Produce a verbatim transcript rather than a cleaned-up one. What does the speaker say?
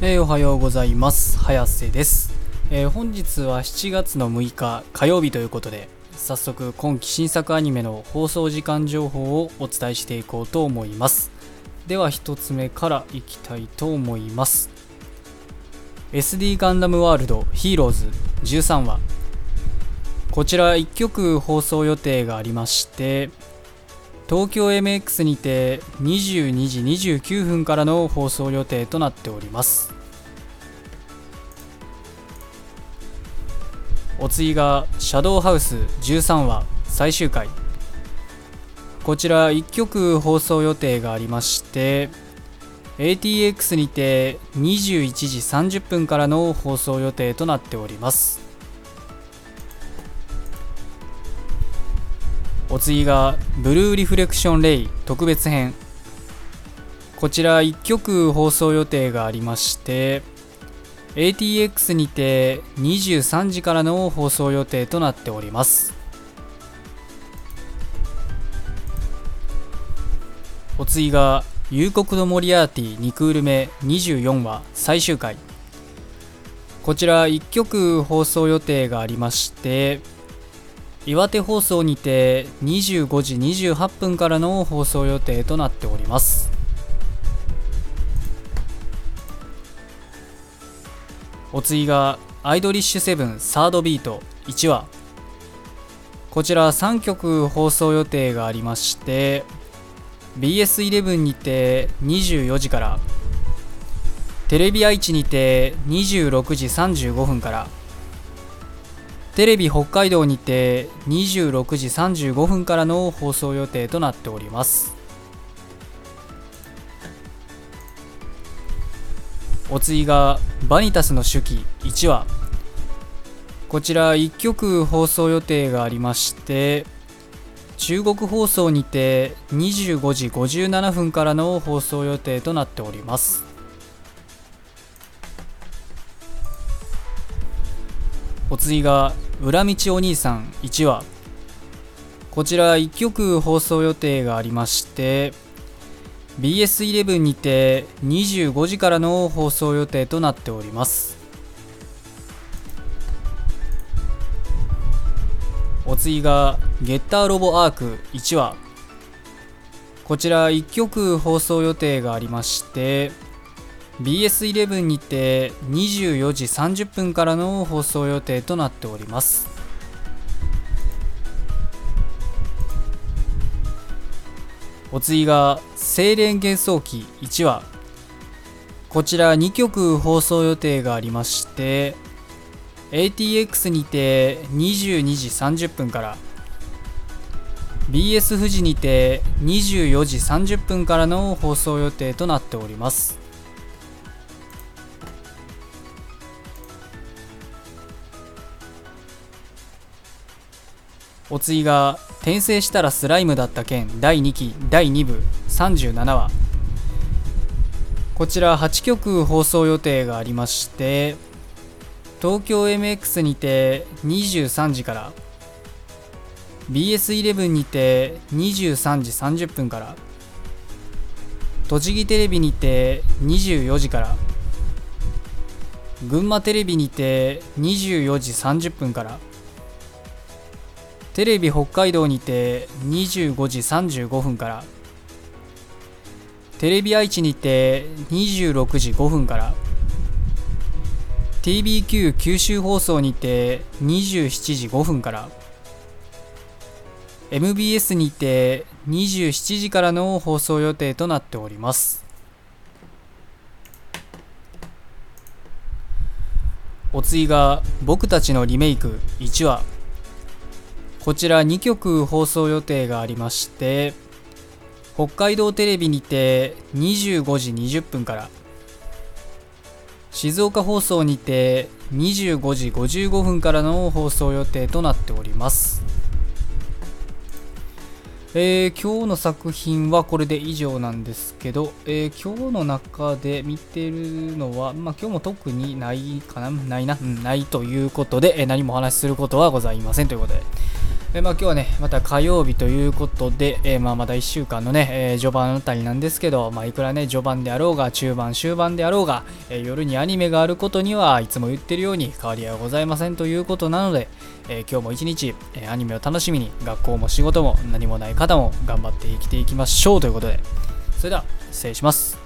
えーおはようございます。早瀬です。えー本日はしちがつのむいか火曜日ということで、早速今期新作アニメの放送時間情報をお伝えしていこうと思います。ではひとつめからいきたいと思います。 エスディー ガンダムワールドヒーローズじゅうさんわ、こちらいっきょく放送予定がありまして、東京 エムエックス にてにじゅうにじにじゅうきゅうふんからの放送予定となっております。お次がシャドウハウスじゅうさんわ最終回、こちらいっきょく放送予定がありまして、 エーティーエックス にてにじゅういちじさんじゅっぷんからの放送予定となっております。お次がブルーリフレクションレイ特別編、こちらいっきょく放送予定がありまして、 エーティーエックス にてにじゅうさんじからの放送予定となっております。お次が夕刻のモリアーティにクールめにじゅうよんわ最終回、こちらいっきょく放送予定がありまして、岩手放送にてにじゅうごじにじゅうはっぷんからの放送予定となっております。お次がアイドリッシュセブンサードビートいちわ、こちらさんきょく放送予定がありまして、 ビーエスイレブン にてにじゅうよじから、テレビ愛知にてにじゅうろくじさんじゅうごふんから、テレビ北海道にてにじゅうろくじさんじゅうごふんからの放送予定となっております。お次がバニタスの手記いちわ、こちらいっきょく放送予定がありまして、中国放送にてにじゅうごじごじゅうななふんからの放送予定となっております。お次が裏道お兄さんいちわ、こちらいっきょく放送予定がありまして、 ビーエスイレブン にてにじゅうごじからの放送予定となっております。お次がゲッターロボアークいちわ、こちらいっきょく放送予定がありまして、ビーエスイレブン にてにじゅうよじさんじゅっぷんからの放送予定となっております。お次が精霊幻想記いちわ、こちらにきょく放送予定がありまして、 エーティーエックス にてにじゅうにじさんじゅっぷんから、 ビーエス 富士にてにじゅうよじさんじゅっぷんからの放送予定となっております。お次が転生したらスライムだった件だいにきだいにぶさんじゅうななわ、こちらはちきょく放送予定がありまして、東京 エムエックス にてにじゅうさんじから、 ビーエスイレブン にてにじゅうさんじさんじゅっぷんから、栃木テレビにてにじゅうよじから、群馬テレビにてにじゅうよじさんじゅっぷんから、テレビ北海道にてにじゅうごじさんじゅうごふんから、テレビ愛知にてにじゅうろくじごふんから、 ティービーキュー 九州放送にてにじゅうしちじごふんから、 エムビーエス にてにじゅうしちじからの放送予定となっております。お次が僕たちのリメイクいちわ、こちらにきょく放送予定がありまして、北海道テレビにてにじゅうごじにじゅっぷんから、静岡放送にてにじゅうごじごじゅうごふんからの放送予定となっております。えー、今日の作品はこれで以上なんですけど、えー、今日の中で見てるのは、まあ、今日も特にないかなないな、うん、ないということで、えー、何もお話しすることはございませんということで、 えーまあ、今日はねまた火曜日ということで、えーまあ、まだいっしゅうかんのね、えー序盤あたりなんですけど、まあ、いくらね序盤であろうが中盤終盤であろうが、えー夜にアニメがあることにはいつも言ってるように変わりはございませんということなので、えー今日も一日、えーアニメを楽しみに学校も仕事も何もない方も頑張って生きていきましょうということで、それでは失礼します。